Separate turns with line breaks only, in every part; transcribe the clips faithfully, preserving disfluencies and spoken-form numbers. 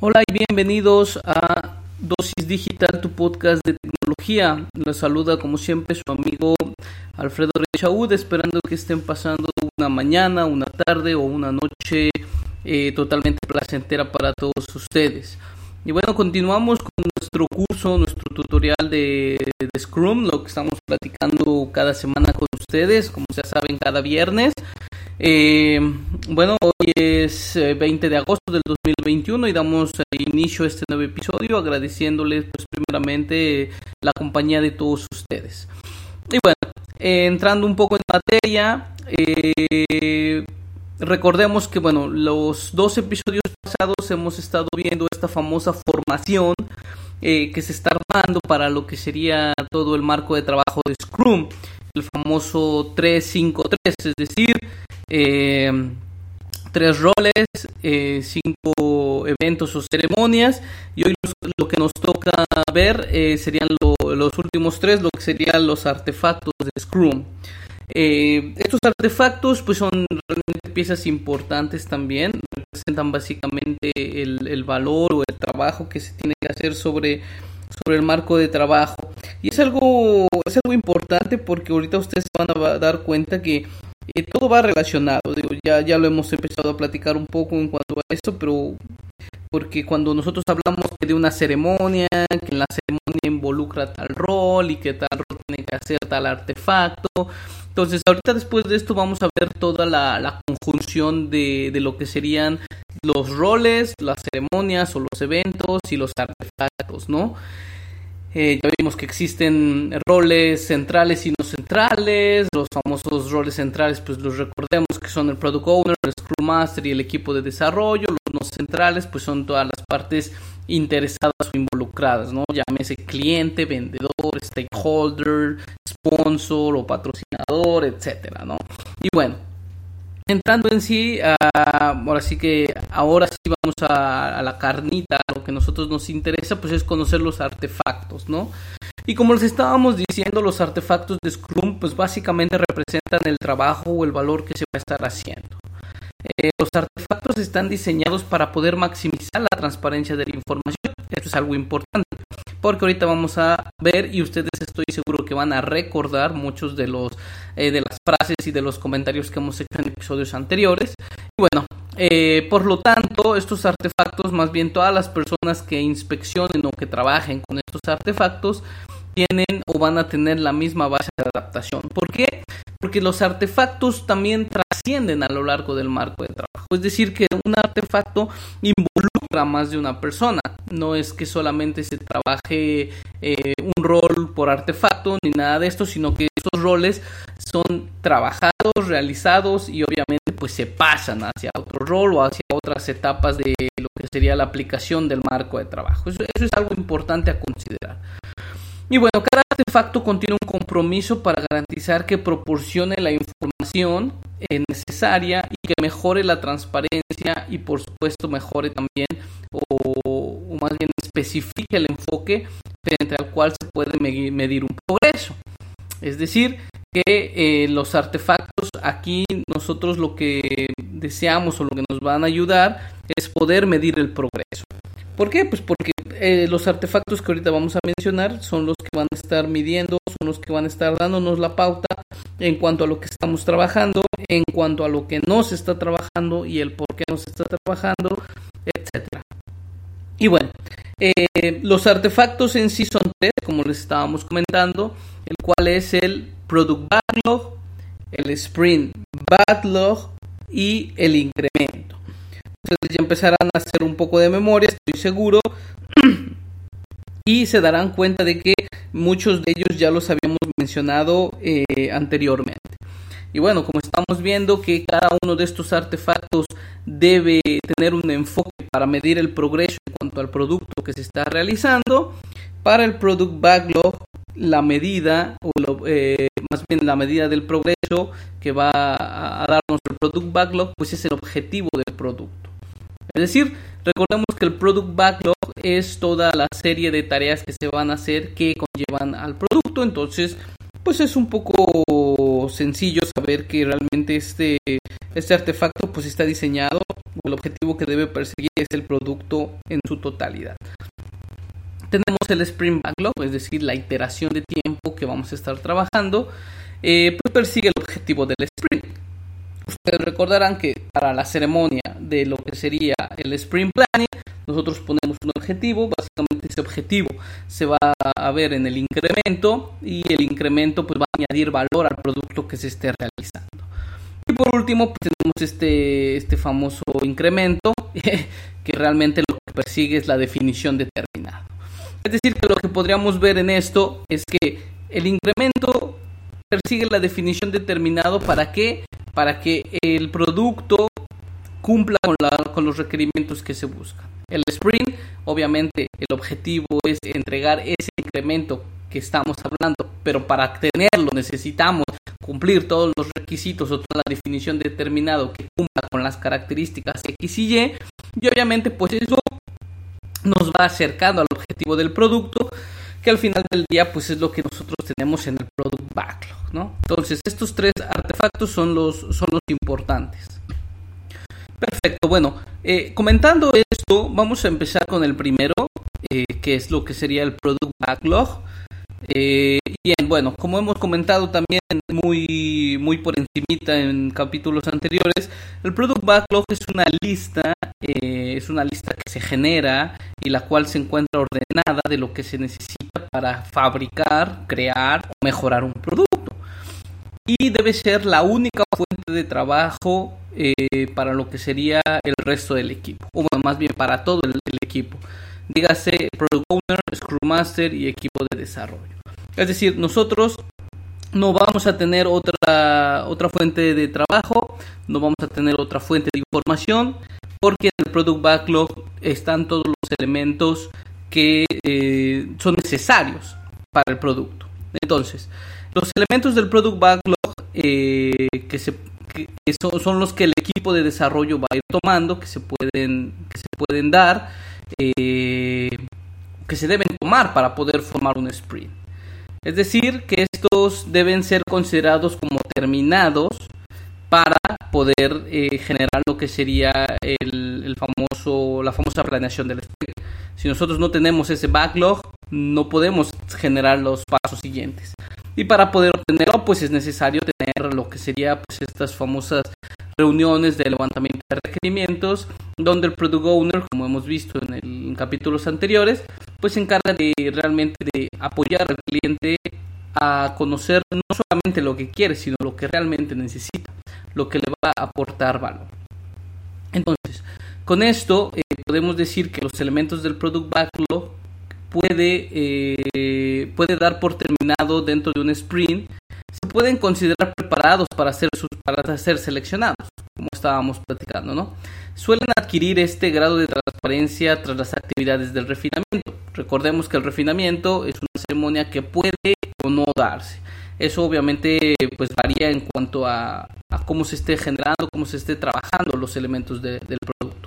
Hola y bienvenidos a Dosis Digital, tu podcast de tecnología. Les saluda como siempre su amigo Alfredo Rechaud, esperando que estén pasando una mañana, una tarde o una noche eh, totalmente placentera para todos ustedes. Y bueno, continuamos con nuestro curso, nuestro tutorial de, de Scrum, lo que estamos platicando cada semana con ustedes, como ya saben, cada viernes. Eh, bueno, hoy es eh, veinte de agosto del dos mil veintiuno y damos eh, inicio a este nuevo episodio agradeciéndoles pues primeramente la compañía de todos ustedes. Y bueno, eh, entrando un poco en materia, eh, recordemos que bueno, los dos episodios pasados hemos estado viendo esta famosa formación eh, que se está armando para lo que sería todo el marco de trabajo de Scrum, el famoso tres cinco tres, es decir, eh, tres roles, eh, cinco eventos o ceremonias, y hoy los, lo que nos toca ver eh, serían lo, los últimos tres, lo que serían los artefactos de Scrum. Eh, estos artefactos pues son realmente piezas importantes también, representan básicamente el, el valor o el trabajo que se tiene que hacer sobre, sobre el marco de trabajo, y es algo, es algo importante porque ahorita ustedes van a dar cuenta que eh, todo va relacionado. Digo, ya, ya lo hemos empezado a platicar un poco en cuanto a esto, pero porque cuando nosotros hablamos de una ceremonia, que en la ceremonia involucra tal rol y que tal rol tiene que hacer tal artefacto, entonces ahorita después de esto vamos a ver toda la, la conjunción de, de lo que serían los roles, las ceremonias o los eventos y los artefactos, ¿no? Eh, ya vimos que existen roles centrales y no centrales. Los famosos roles centrales, pues los recordemos que son el Product Owner, el Scrum Master y el equipo de desarrollo. Los no centrales, pues son todas las partes interesadas o involucradas, ¿no? Llámese cliente, vendedor, stakeholder, sponsor o patrocinador, etcétera, ¿no? Y bueno, entrando en sí, uh, ahora sí que ahora sí vamos a, a la carnita. Lo que a nosotros nos interesa pues es conocer los artefactos, ¿no? Y como les estábamos diciendo, los artefactos de Scrum pues básicamente representan el trabajo o el valor que se va a estar haciendo. Eh, los artefactos están diseñados para poder maximizar la transparencia de la información. Esto es algo importante, porque ahorita vamos a ver y ustedes estoy seguro que van a recordar muchos de los eh, de las frases y de los comentarios que hemos hecho en episodios anteriores. Y bueno, eh, por lo tanto, estos artefactos, más bien todas las personas que inspeccionen o que trabajen con estos artefactos, tienen o van a tener la misma base de adaptación. ¿Por qué? Porque los artefactos también trascienden a lo largo del marco de trabajo. Es decir, que un artefacto involucra más de una persona. No es que solamente se trabaje eh, un rol por artefacto ni nada de esto, sino que estos roles son trabajados, realizados y obviamente pues se pasan hacia otro rol o hacia otras etapas de lo que sería la aplicación del marco de trabajo. Eso, eso es algo importante a considerar. Y bueno, cada artefacto contiene un compromiso para garantizar que proporcione la información eh, necesaria y que mejore la transparencia y por supuesto mejore también o, o más bien especifique el enfoque frente al cual se puede medir un progreso. Es decir, que eh, los artefactos aquí nosotros lo que deseamos o lo que nos van a ayudar es poder medir el progreso. ¿Por qué? Pues porque eh, los artefactos que ahorita vamos a mencionar son los que van a estar midiendo, son los que van a estar dándonos la pauta en cuanto a lo que estamos trabajando, en cuanto a lo que no se está trabajando y el por qué no se está trabajando, etcétera. Y bueno, eh, los artefactos en sí son tres, como les estábamos comentando, el cual es el Product Backlog, el Sprint Backlog y el incremento. Entonces ya empezarán a hacer un poco de memoria, estoy seguro, y se darán cuenta de que muchos de ellos ya los habíamos mencionado eh, anteriormente. Y bueno, como estamos viendo que cada uno de estos artefactos debe tener un enfoque para medir el progreso en cuanto al producto que se está realizando, para el Product Backlog la medida, o lo, eh, más bien la medida del progreso que va a, a darnos el Product Backlog, pues es el objetivo del producto. Es decir, recordemos que el Product Backlog es toda la serie de tareas que se van a hacer que conllevan al producto. Entonces, pues es un poco sencillo saber que realmente este, este artefacto pues está diseñado, o el objetivo que debe perseguir es el producto en su totalidad. Tenemos el Sprint Backlog, es decir, la iteración de tiempo que vamos a estar trabajando, eh, pues persigue el objetivo del sprint. Ustedes recordarán que para la ceremonia de lo que sería el Sprint Planning, nosotros ponemos un objetivo. Básicamente ese objetivo se va a ver en el incremento, y el incremento pues va a añadir valor al producto que se esté realizando. Y por último pues tenemos este, este famoso incremento que realmente lo que persigue es la definición determinada. Es decir, que lo que podríamos ver en esto es que el incremento persigue la definición determinado. ¿Para qué? Para que el producto cumpla con, la, con los requerimientos que se buscan. El sprint, obviamente, el objetivo es entregar ese incremento que estamos hablando, pero para tenerlo necesitamos cumplir todos los requisitos o toda la definición determinada que cumpla con las características X y Y, y obviamente pues eso nos va acercando al objetivo del producto, que al final del día pues es lo que nosotros tenemos en el Product Backlog, ¿no? Entonces estos tres artefactos son los, son los importantes. Perfecto, bueno, eh, comentando esto, vamos a empezar con el primero, eh, que es lo que sería el Product Backlog. Eh, bien, bueno, como hemos comentado también muy, muy por encimita en capítulos anteriores, el Product Backlog es una lista, eh, es una lista que se genera y la cual se encuentra ordenada de lo que se necesita para fabricar, crear o mejorar un producto. Y debe ser la única fuente de trabajo eh, para lo que sería el resto del equipo, o bueno, más bien para todo el, el equipo. Dígase Product Owner, Scrum Master y equipo de desarrollo. Es decir, nosotros no vamos a tener otra, otra fuente de trabajo, no vamos a tener otra fuente de información, porque en el Product Backlog están todos los elementos que eh, son necesarios para el producto. Entonces, los elementos del Product Backlog eh, que, se, que son, son los que el equipo de desarrollo va a ir tomando, que se pueden, que se pueden dar, eh, que se deben tomar para poder formar un sprint. Es decir, que estos deben ser considerados como terminados para poder eh, generar lo que sería el, el famoso, la famosa planeación del sprint. Si nosotros no tenemos ese backlog, no podemos generar los pasos siguientes. Y para poder obtenerlo, pues es necesario tener lo que sería pues estas famosas reuniones de levantamiento de requerimientos, donde el Product Owner, como hemos visto en, el, en capítulos anteriores, pues se encarga de realmente de apoyar al cliente a conocer no solamente lo que quiere, sino lo que realmente necesita, lo que le va a aportar valor. Entonces, con esto eh, podemos decir que los elementos del Product Backlog puede, eh, puede dar por terminado dentro de un sprint. Se pueden considerar preparados para ser, sus, para ser seleccionados, como estábamos platicando, ¿no? Suelen adquirir este grado de transparencia tras las actividades del refinamiento. Recordemos que el refinamiento es una ceremonia que puede o no darse. Eso obviamente pues varía en cuanto a, a cómo se esté generando, cómo se esté trabajando los elementos de, del producto.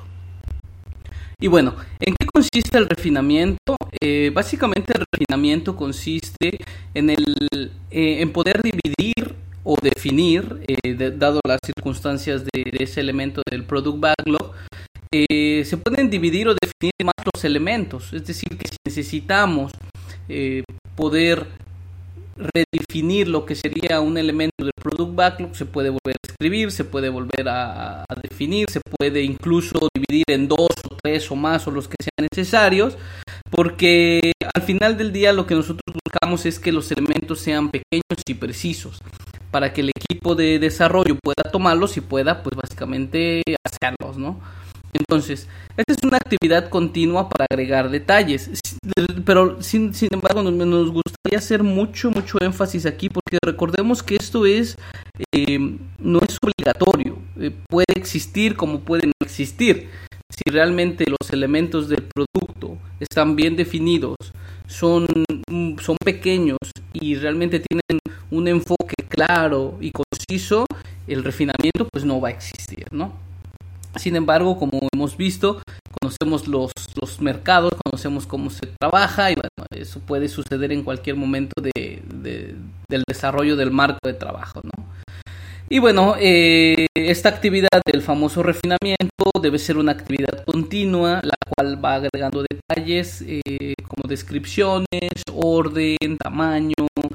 Y bueno, ¿en qué consiste el refinamiento? Eh, básicamente el refinamiento consiste en, el, eh, en poder dividir o definir, eh, de, dado las circunstancias de, de ese elemento del Product Backlog, eh, se pueden dividir o definir más los elementos. Es decir, que si necesitamos eh, poder redefinir lo que sería un elemento del Product Backlog, se puede volver a escribir, se puede volver a, a definir, se puede incluso dividir en dos o tres o más o los que sean necesarios, porque al final del día lo que nosotros buscamos es que los elementos sean pequeños y precisos para que el equipo de desarrollo pueda tomarlos y pueda pues básicamente hacerlos, ¿no? Entonces, esta es una actividad continua para agregar detalles, pero sin, sin embargo nos, nos gustaría hacer mucho, mucho énfasis aquí, porque recordemos que esto es eh, no es obligatorio, eh, puede existir como puede no existir. Si realmente los elementos del producto están bien definidos, son, son pequeños y realmente tienen un enfoque claro y conciso, el refinamiento pues no va a existir, ¿no? Sin embargo, como hemos visto, conocemos los, los mercados, conocemos cómo se trabaja y bueno, eso puede suceder en cualquier momento de, de, del desarrollo del marco de trabajo, ¿no? Y bueno, eh, esta actividad del famoso refinamiento debe ser una actividad continua, la cual va agregando detalles eh, como descripciones, orden, tamaño,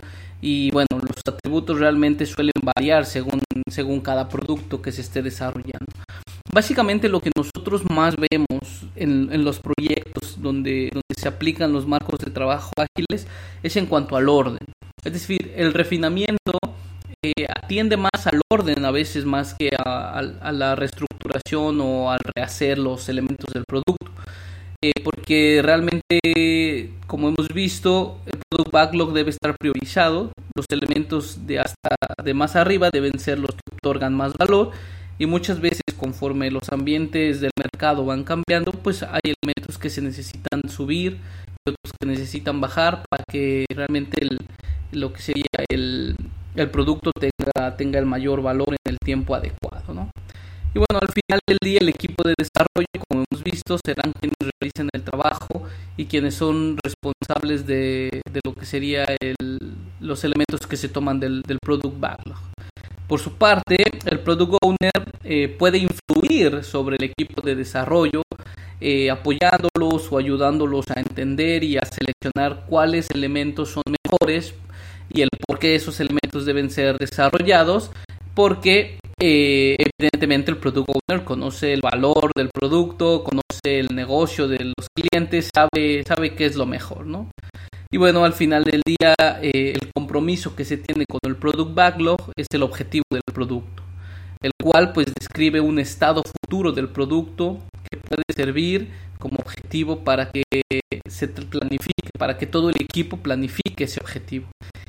y bueno, los atributos realmente suelen variar según, según cada producto que se esté desarrollando. Básicamente lo que nosotros más vemos en, en los proyectos donde, donde se aplican los marcos de trabajo ágiles es en cuanto al orden. Es decir, el refinamiento eh, atiende más al orden a veces más que a, a, a la reestructuración o al rehacer los elementos del producto. Eh, porque realmente, como hemos visto, el Product Backlog debe estar priorizado. Los elementos de hasta de más arriba deben ser los que otorgan más valor, y muchas veces, conforme los ambientes del mercado van cambiando, pues hay elementos que se necesitan subir y otros que necesitan bajar para que realmente el, lo que sería el, el producto tenga, tenga el mayor valor en el tiempo adecuado, ¿no? Y bueno, al final del día el equipo de desarrollo, como hemos visto, serán quienes realicen el trabajo y quienes son responsables de, de lo que sería el, los elementos que se toman del, del Product Backlog. Por su parte, el Product Owner eh, puede influir sobre el equipo de desarrollo, eh, apoyándolos o ayudándolos a entender y a seleccionar cuáles elementos son mejores y el por qué esos elementos deben ser desarrollados, porque eh, evidentemente el Product Owner conoce el valor del producto, conoce el negocio de los clientes, sabe, sabe qué es lo mejor, ¿no? Y bueno, al final del día, eh, el compromiso que se tiene con el Product Backlog es el objetivo del producto, el cual pues describe un estado futuro del producto que puede servir como objetivo para que se planifique, para que todo el equipo planifique ese objetivo,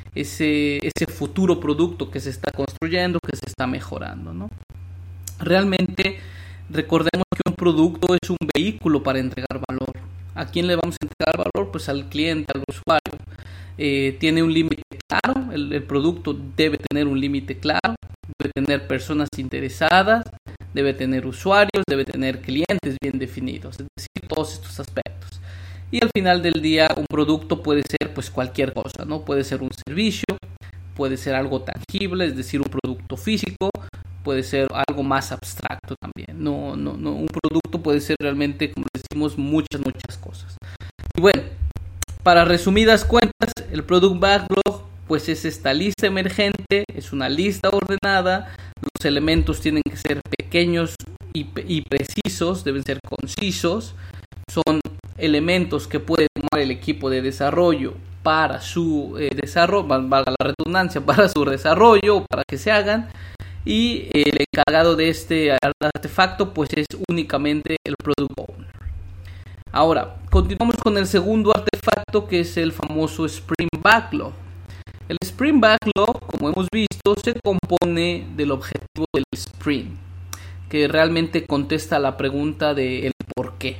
ese, ese futuro producto que se está construyendo, que se está mejorando, ¿no? Realmente, recordemos que un producto es un vehículo para entregar valor. ¿A quién le vamos a entregar valor? Pues al cliente, al usuario. Eh, tiene un límite claro, el, el producto debe tener un límite claro, debe tener personas interesadas, debe tener usuarios, debe tener clientes bien definidos, es decir, todos estos aspectos. Y al final del día, un producto puede ser pues cualquier cosa, ¿no? Puede ser un servicio, puede ser algo tangible, es decir, un producto físico, puede ser algo más abstracto también. No, no, no, un producto puede ser realmente, como decimos, muchas, muchas cosas. Y bueno, para resumidas cuentas, el Product Backlog pues es esta lista emergente, es una lista ordenada, los elementos tienen que ser pequeños y, y precisos, deben ser concisos, son elementos que puede tomar el equipo de desarrollo para su eh, desarrollo, valga la redundancia, para su desarrollo o para que se hagan, y el encargado de este artefacto pues es únicamente el Product Owner. Ahora, continuamos con el segundo artefacto, que es el famoso Sprint Backlog. El Sprint Backlog, como hemos visto, se compone del objetivo del sprint, que realmente contesta a la pregunta de el por qué.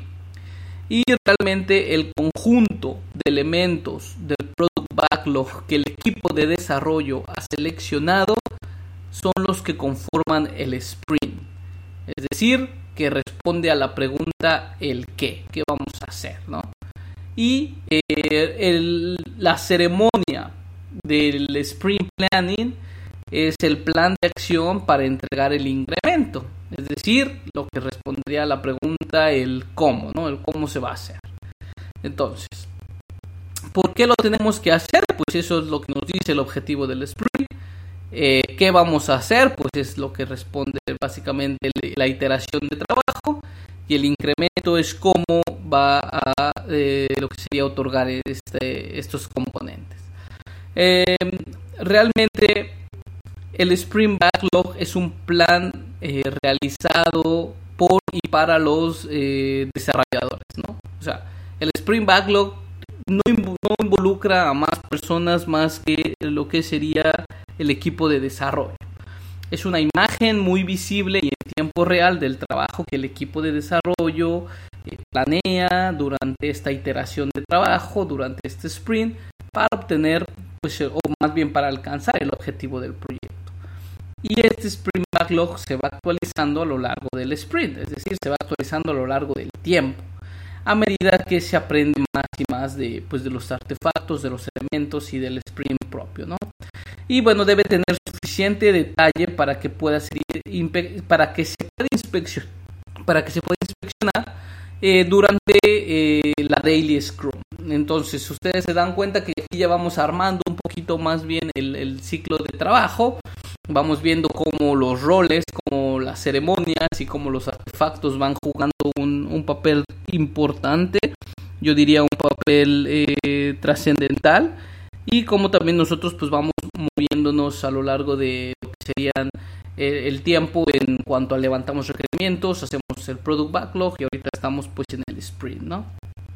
Y realmente el conjunto de elementos del Product Backlog que el equipo de desarrollo ha seleccionado son los que conforman el sprint. Es decir, que responde a la pregunta el qué, qué vamos a hacer, ¿no? Y eh, el, la ceremonia del sprint planning es el plan de acción para entregar el incremento, es decir, lo que respondería a la pregunta el cómo, ¿no? El cómo se va a hacer. Entonces, ¿por qué lo tenemos que hacer? Pues eso es lo que nos dice el objetivo del sprint. Eh, ¿Qué vamos a hacer? Pues es lo que responde básicamente la iteración de trabajo, y el incremento es cómo va a eh, lo que sería otorgar este, estos componentes. Eh, realmente el Sprint Backlog es un plan eh, realizado por y para los eh, desarrolladores, ¿no? O sea, el Sprint Backlog no, no involucra a más personas más que lo que sería el equipo de desarrollo. Es una imagen muy visible y en tiempo real del trabajo que el equipo de desarrollo eh, planea durante esta iteración de trabajo, durante este sprint, para obtener, pues, o más bien para alcanzar el objetivo del proyecto. Y este Sprint Backlog se va actualizando a lo largo del sprint, es decir, se va actualizando a lo largo del tiempo. a medida que se aprende más y más de, pues, de los artefactos, de los elementos y del sprint propio, ¿no? Y bueno, debe tener suficiente detalle para que pueda ser, para que se pueda inspeccionar, para que se pueda inspeccionar eh, durante eh, la Daily Scrum. Entonces, ustedes se dan cuenta que aquí ya vamos armando un poquito más bien el, el ciclo de trabajo. Vamos viendo cómo los roles, cómo las ceremonias y cómo los artefactos van jugando un, un papel importante, yo diría un papel eh, trascendental, y cómo también nosotros pues vamos moviéndonos a lo largo de lo que serían eh, el tiempo en cuanto a levantamos requerimientos, hacemos el product backlog y ahorita estamos pues en el sprint, ¿no?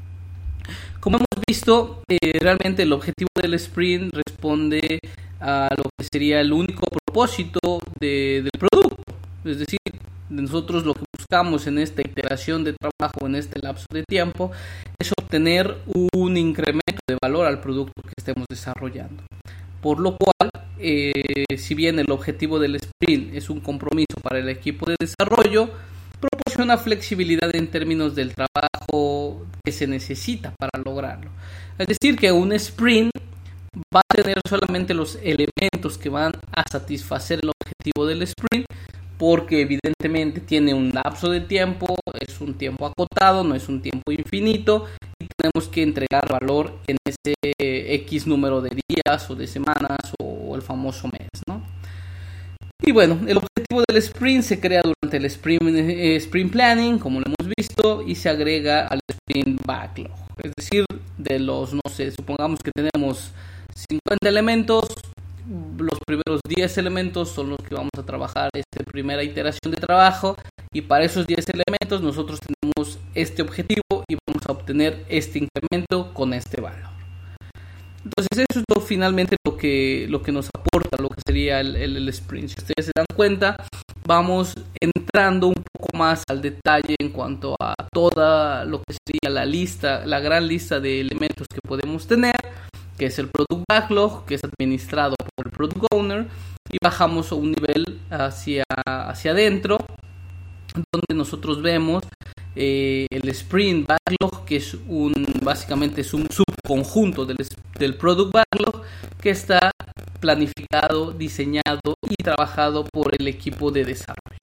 Como hemos visto, eh, realmente el objetivo del sprint responde a lo que sería el único propósito de, del producto. Es decir, nosotros lo que buscamos en esta iteración de trabajo, en este lapso de tiempo, es obtener un incremento de valor al producto que estemos desarrollando. Por lo cual, eh, si bien el objetivo del sprint es un compromiso para el equipo de desarrollo, proporciona flexibilidad en términos del trabajo que se necesita para lograrlo. Es decir, que un sprint va a tener solamente los elementos que van a satisfacer el objetivo del sprint, porque evidentemente tiene un lapso de tiempo, es un tiempo acotado, no es un tiempo infinito, y tenemos que entregar valor en ese X número de días o de semanas o el famoso mes, ¿no? Y bueno, el objetivo del sprint se crea durante el sprint, eh, sprint planning, como lo hemos visto, y se agrega al sprint backlog. Es decir, de los, no sé, supongamos que tenemos cincuenta elementos, los primeros diez elementos son los que vamos a trabajar esta primera iteración de trabajo, y para esos diez elementos nosotros tenemos este objetivo y vamos a obtener este incremento con este valor. Entonces eso es lo, finalmente lo que, lo que nos aporta lo que sería el, el, el sprint. Si ustedes se dan cuenta, vamos entrando un poco más al detalle en cuanto a toda lo que sería la lista, la gran lista de elementos que podemos tener, que es el Product Backlog, que es administrado por el Product Owner, y bajamos a un nivel hacia, hacia adentro, donde nosotros vemos eh, el Sprint Backlog, que es un, básicamente es un subconjunto del, del Product Backlog, que está planificado, diseñado y trabajado por el equipo de desarrollo.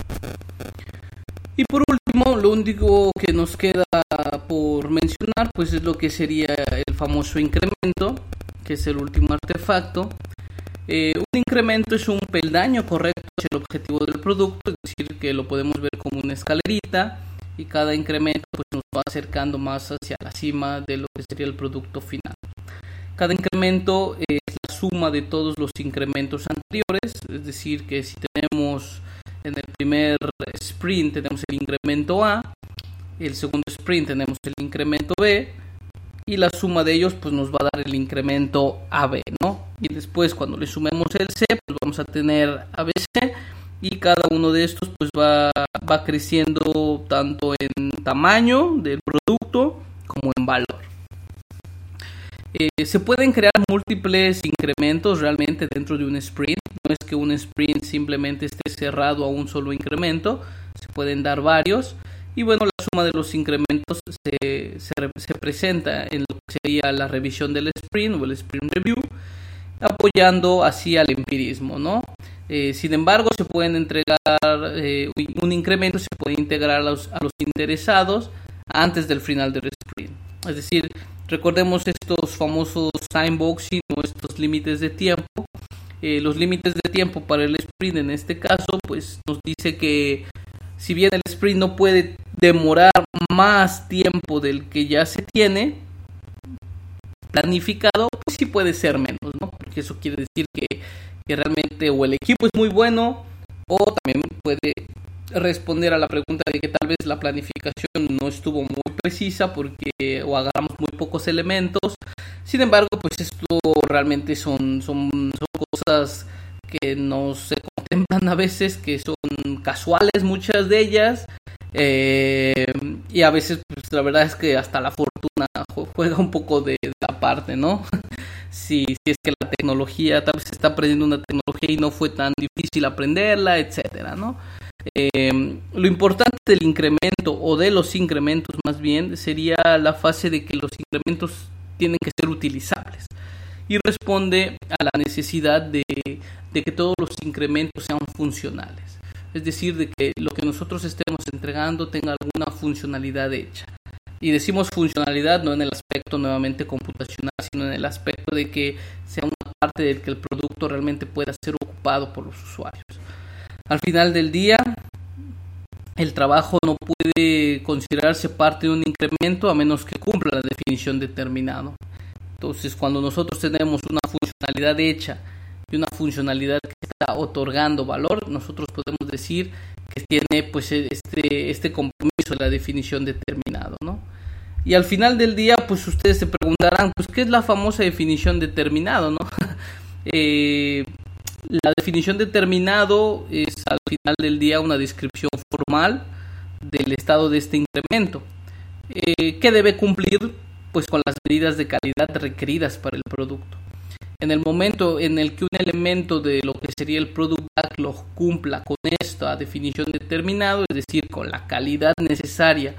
Y por último, lo único que nos queda por mencionar, pues es lo que sería el famoso incremento, que es el último artefacto. Eh, un incremento es un peldaño correcto hacia el objetivo del producto, es decir, que lo podemos ver como una escalerita, y cada incremento pues nos va acercando más hacia la cima de lo que sería el producto final. Cada incremento es la suma de todos los incrementos anteriores, es decir, que si tenemos en el primer sprint tenemos el incremento A, el segundo sprint tenemos el incremento B, y la suma de ellos pues nos va a dar el incremento A B, ¿no? Y después cuando le sumemos el C, pues vamos a tener A B C, y cada uno de estos pues va, va creciendo tanto en tamaño del producto como en valor. Eh, se pueden crear múltiples incrementos realmente dentro de un sprint. No es que un sprint simplemente esté cerrado a un solo incremento, se pueden dar varios, y bueno, la suma de los incrementos se, se, se presenta en lo que sería la revisión del sprint o el sprint review, apoyando así al empirismo, ¿no? Eh, sin embargo, se pueden entregar eh, un incremento, se puede integrar a los, a los interesados antes del final del sprint. Es decir, recordemos estos famosos time boxing o estos límites de tiempo. Eh, los límites de tiempo para el sprint en este caso pues nos dice que si bien el sprint no puede demorar más tiempo del que ya se tiene planificado, pues sí puede ser menos, ¿no? Porque eso quiere decir que, que realmente o el equipo es muy bueno, o también puede responder a la pregunta de que tal vez la planificación no estuvo muy precisa porque o agarramos muy pocos elementos. Sin embargo, pues esto realmente son, son, son cosas que no se contemplan a veces, que son casuales muchas de ellas, eh, y a veces pues la verdad es que hasta la fortuna juega un poco de, de la parte, ¿no? Si, si es que la tecnología, tal vez se está aprendiendo una tecnología y no fue tan difícil aprenderla, etcétera, ¿no? Eh, lo importante del incremento o de los incrementos más bien sería la fase de que los incrementos tienen que ser utilizables y responde a la necesidad de, de que todos los incrementos sean funcionales, es decir, de que lo que nosotros estemos entregando tenga alguna funcionalidad hecha. Y decimos funcionalidad no en el aspecto nuevamente computacional, sino en el aspecto de que sea una parte del que el producto realmente pueda ser ocupado por los usuarios. Al final del día, el trabajo no puede considerarse parte de un incremento a menos que cumpla la definición determinada. Entonces, cuando nosotros tenemos una funcionalidad hecha y una funcionalidad que está otorgando valor, nosotros podemos decir que tiene pues este, este compromiso de la definición determinada, ¿no? Y al final del día, pues ustedes se preguntarán, pues ¿qué es la famosa definición determinada, no? eh, la definición determinado es al final del día una descripción formal del estado de este incremento, eh, que debe cumplir pues con las medidas de calidad requeridas para el producto. En el momento en el que un elemento de lo que sería el product backlog cumpla con esta definición determinada, es decir, con la calidad necesaria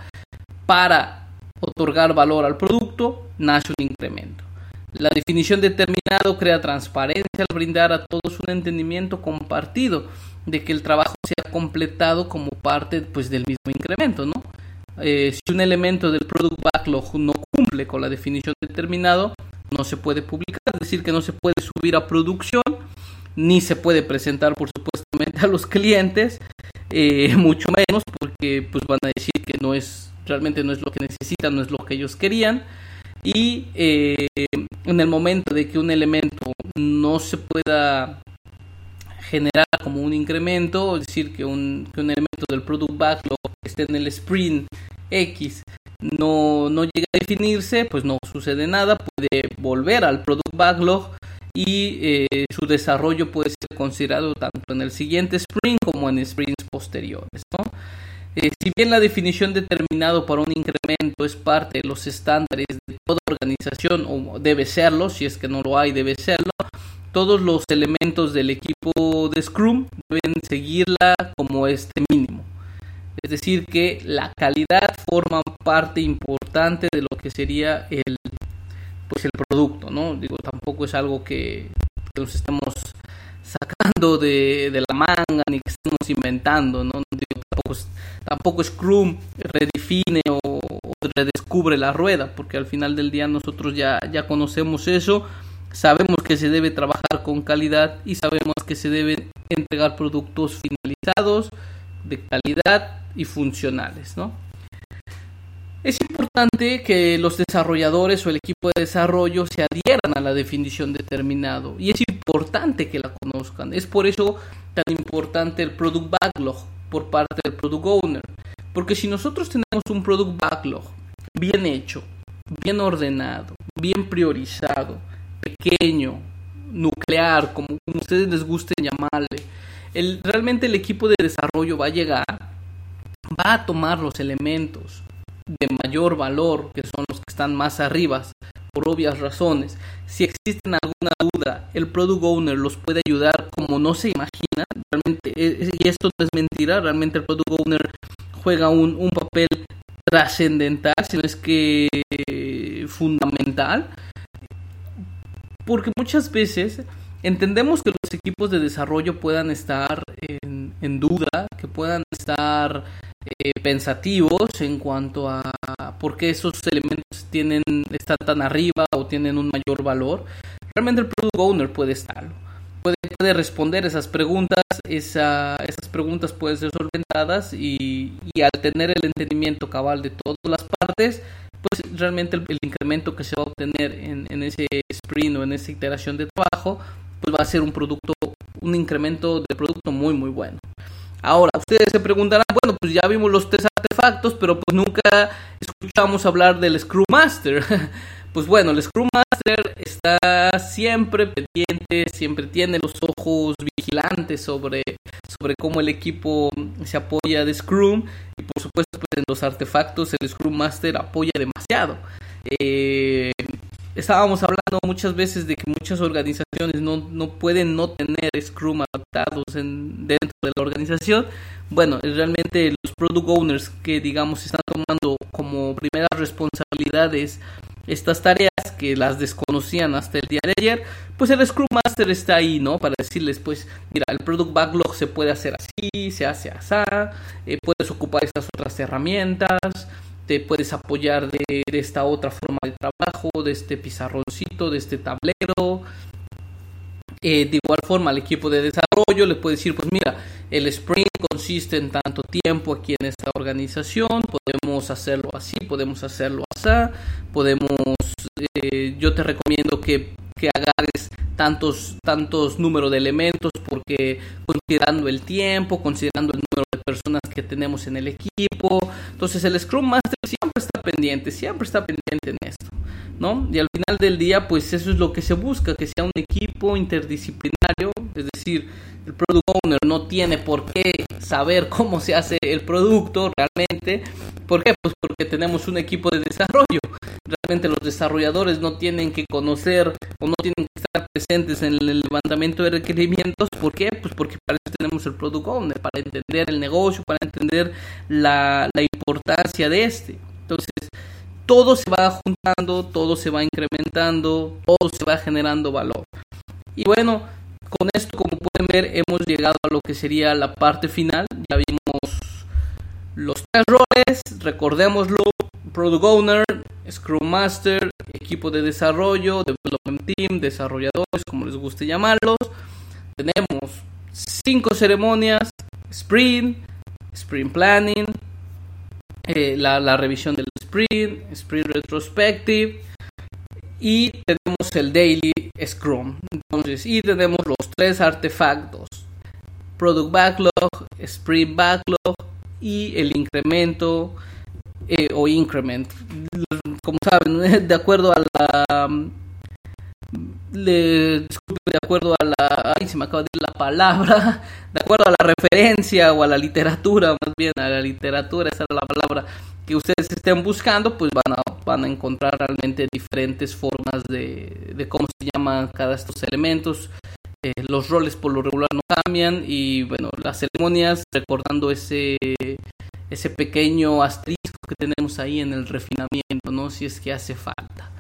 para otorgar valor al producto, nace un incremento. La definición determinada crea transparencia al brindar a todos un entendimiento compartido de que el trabajo sea completado como parte pues, del mismo incremento, ¿no? Eh, si un elemento del product backlog no cumple con la definición determinada, no se puede publicar, es decir, que no se puede subir a producción, ni se puede presentar, por supuestamente, a los clientes, eh, mucho menos, porque pues van a decir que no es, realmente no es lo que necesitan, no es lo que ellos querían, y eh, en el momento de que un elemento no se pueda generar como un incremento, es decir, que un, que un elemento del product backlog esté en el sprint X, no, no llega a definirse, pues no sucede nada, puede volver al product backlog y eh, su desarrollo puede ser considerado tanto en el siguiente sprint como en sprints posteriores, ¿no? Eh, si bien la definición determinada para un incremento es parte de los estándares de toda organización, o debe serlo, si es que no lo hay, debe serlo, todos los elementos del equipo de Scrum deben seguirla como este mínimo. Es decir, que la calidad forma parte importante de lo que sería el, pues el producto, ¿no? Digo, tampoco es algo que, que nos estemos sacando de, de la manga ni que estemos inventando, ¿no? Digo, tampoco, es, tampoco Scrum redefine o, o redescubre la rueda, porque al final del día nosotros ya, ya conocemos eso, sabemos que se debe trabajar con calidad y sabemos que se deben entregar productos finalizados, de calidad y funcionales, ¿no? Es importante que los desarrolladores o el equipo de desarrollo se adhieran a la definición determinada y es importante que la conozcan. Es por eso tan importante el product backlog por parte del product owner, porque si nosotros tenemos un product backlog bien hecho, bien ordenado, bien priorizado, pequeño, nuclear, como, como ustedes les guste llamarle, el, realmente el equipo de desarrollo va a llegar, va a tomar los elementos de mayor valor, que son los que están más arriba, por obvias razones. Si existen alguna duda, el product owner los puede ayudar como no se imagina, realmente, y esto no es mentira, realmente el product owner juega un, un papel trascendental, si no es que eh, fundamental, porque muchas veces entendemos que los equipos de desarrollo puedan estar en, en duda, que puedan estar eh, pensativos en cuanto a por qué esos elementos tienen, están tan arriba o tienen un mayor valor. Realmente el product owner puede estarlo, puede, puede responder esas preguntas, esa, esas preguntas pueden ser solventadas y, y al tener el entendimiento cabal de todas las partes, pues realmente el, el incremento que se va a obtener en, en ese sprint o en esa iteración de trabajo, pues va a ser un producto, un incremento de producto muy muy bueno. Ahora, ustedes se preguntarán, bueno, pues ya vimos los tres artefactos, pero pues nunca escuchamos hablar del Scrum Master. Pues bueno, el Scrum Master está siempre pendiente, siempre tiene los ojos vigilantes sobre, sobre cómo el equipo se apoya de Scrum y por supuesto pues en los artefactos el Scrum Master apoya demasiado. Eh, estábamos hablando muchas veces de que muchas organizaciones no, no pueden no tener Scrum adaptados en, dentro de la organización. Bueno, es realmente los Product Owners que, digamos, están tomando como primeras responsabilidades estas tareas que las desconocían hasta el día de ayer, pues el Scrum Master está ahí, ¿no? Para decirles, pues, mira, el Product Backlog se puede hacer así, se hace así, eh, puedes ocupar estas otras herramientas, te puedes apoyar de, de esta otra forma de trabajo, de este pizarroncito, de este tablero. Eh, de igual forma, al equipo de desarrollo le puede decir, pues mira, el sprint consiste en tanto tiempo aquí en esta organización, podemos hacerlo así, podemos hacerlo así, podemos, eh, yo te recomiendo que, que agarres tantos, tantos número de elementos, porque considerando el tiempo, considerando el número de personas que tenemos en el equipo, entonces el Scrum Master siempre está pendiente, siempre está pendiente en esto, ¿no? Y al final del día, pues eso es lo que se busca, que sea un equipo interdisciplinario, es decir, el Product Owner no tiene por qué saber cómo se hace el producto realmente. ¿Por qué? Pues porque tenemos un equipo de desarrollo. Realmente los desarrolladores no tienen que conocer o no tienen que estar presentes en el levantamiento de requerimientos. ¿Por qué? Pues porque para eso tenemos el Product Owner, para entender el negocio, para entender la, la importancia de este. Entonces, todo se va juntando, todo se va incrementando, todo se va generando valor. Y bueno, con esto, como pueden ver, hemos llegado a lo que sería la parte final. Ya vimos los tres roles, recordémoslo: Product Owner, Scrum Master, equipo de desarrollo, Development Team, desarrolladores, como les guste llamarlos. Tenemos cinco ceremonias: Sprint, Sprint Planning, eh, la, la revisión del Sprint, Sprint Retrospective, y tenemos el Daily Scrum. Entonces, y tenemos los tres artefactos: Product Backlog, Sprint Backlog y el incremento eh, o increment. Como saben, de acuerdo a la le, disculpe, de acuerdo a la ay, se me acaba de ir la palabra, de acuerdo a la referencia o a la literatura, más bien a la literatura, esa es la palabra que ustedes estén buscando, pues van a, van a encontrar realmente diferentes formas de, de cómo se llaman cada estos elementos. Eh, los roles por lo regular no cambian, y bueno, las ceremonias, recordando ese ese pequeño asterisco que tenemos ahí en el refinamiento, ¿no? Si es que hace falta.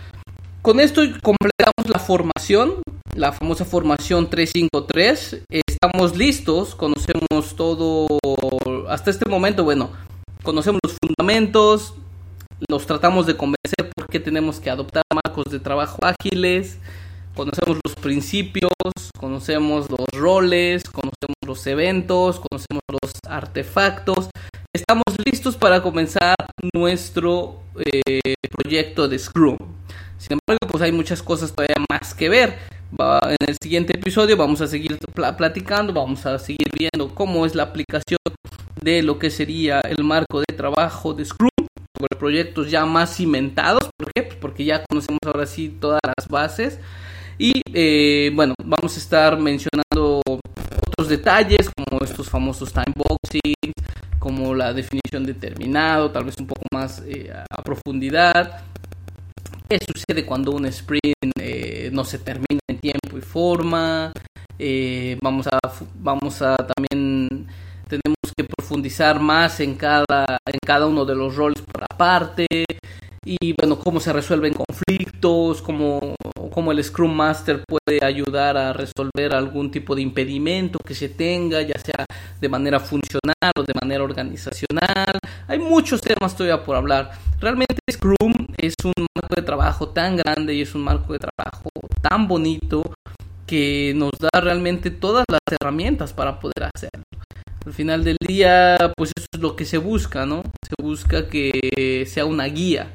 Con esto completamos la formación, la famosa formación tres cinco tres. Estamos listos, conocemos todo hasta este momento. Bueno, conocemos los fundamentos, nos tratamos de convencer por qué tenemos que adoptar marcos de trabajo ágiles, conocemos los principios, conocemos los roles, conocemos los eventos, conocemos los artefactos. Estamos listos para comenzar nuestro eh, proyecto de Scrum. Sin embargo, pues hay muchas cosas todavía más que ver. Va, en el siguiente episodio vamos a seguir pl- platicando, vamos a seguir viendo cómo es la aplicación de lo que sería el marco de trabajo de Scrum sobre proyectos ya más cimentados. ¿Por qué? Pues porque ya conocemos ahora sí todas las bases. Y eh, bueno, vamos a estar mencionando otros detalles como estos famosos time boxing, como la definición de terminado, tal vez un poco más eh, a profundidad. ¿Qué sucede cuando un sprint eh, no se termina en tiempo y forma? Eh, vamos a vamos a también tenemos que profundizar más en cada en cada uno de los roles por aparte. Y bueno, cómo se resuelven conflictos, cómo, cómo el Scrum Master puede ayudar a resolver algún tipo de impedimento que se tenga, ya sea de manera funcional o de manera organizacional. Hay muchos temas todavía por hablar. Realmente Scrum es un marco de trabajo tan grande y es un marco de trabajo tan bonito que nos da realmente todas las herramientas para poder hacerlo. Al final del día, pues eso es lo que se busca, ¿no? Se busca que sea una guía.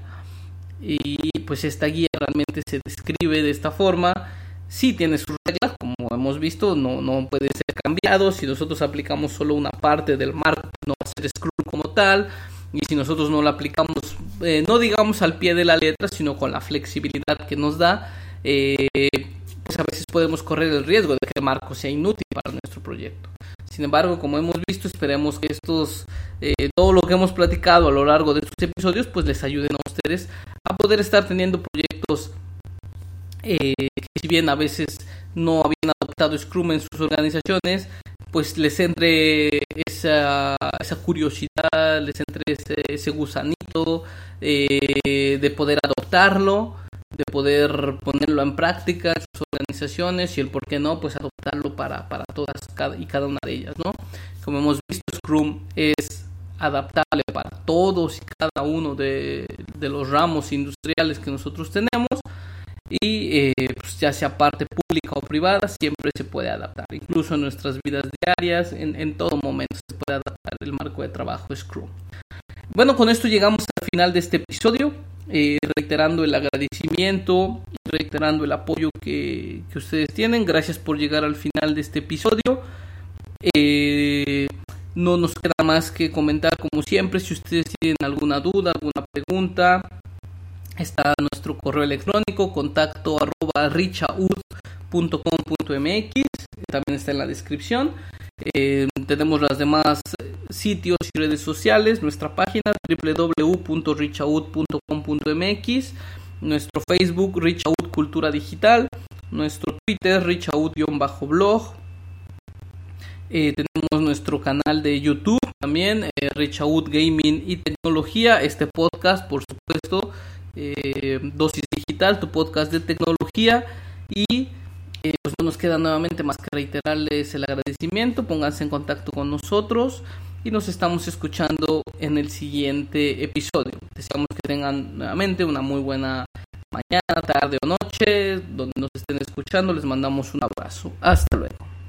Y pues esta guía realmente se describe de esta forma. Sí tiene sus reglas, como hemos visto, no, no puede ser cambiado. Si nosotros aplicamos solo una parte del marco, no va a ser Scrum como tal. Y si nosotros no lo aplicamos, eh, no digamos al pie de la letra, sino con la flexibilidad que nos da, eh, pues a veces podemos correr el riesgo de que el marco sea inútil para nuestro proyecto. Sin embargo, como hemos visto, esperemos que estos, eh, todo lo que hemos platicado a lo largo de estos episodios, pues les ayuden a ustedes a poder estar teniendo proyectos eh, que si bien a veces no habían adoptado Scrum en sus organizaciones, pues les entre esa, esa curiosidad, les entre ese, ese gusanito eh, de poder adoptarlo, de poder ponerlo en práctica en sus organizaciones y el por qué no, pues adoptarlo para, para todas cada, y cada una de ellas, ¿no? Como hemos visto, Scrum es adaptable para todos y cada uno de, de los ramos industriales que nosotros tenemos y eh, pues ya sea parte pública o privada, siempre se puede adaptar, incluso en nuestras vidas diarias, en, en todo momento se puede adaptar el marco de trabajo Scrum. Bueno, con esto llegamos al final de este episodio, eh, reiterando el agradecimiento y reiterando el apoyo que, que ustedes tienen. Gracias por llegar al final de este episodio. Eh, no nos queda más que comentar, como siempre, si ustedes tienen alguna duda, alguna pregunta, está nuestro correo electrónico, contacto arroba richaud punto com punto m x, también está en la descripción. Eh, tenemos las demás sitios y redes sociales, nuestra página doble u doble u doble u punto richaud punto com punto m x, nuestro Facebook Richaud Cultura Digital, nuestro Twitter Richaud-blog, eh, tenemos nuestro canal de YouTube también, eh, Richaud Gaming y Tecnología, este podcast por supuesto, eh, Dosis Digital, tu podcast de tecnología. Y Eh, pues no nos queda nuevamente más que reiterarles el agradecimiento. Pónganse en contacto con nosotros y nos estamos escuchando en el siguiente episodio. Deseamos que tengan nuevamente una muy buena mañana, tarde o noche, donde nos estén escuchando. Les mandamos un abrazo. Hasta luego.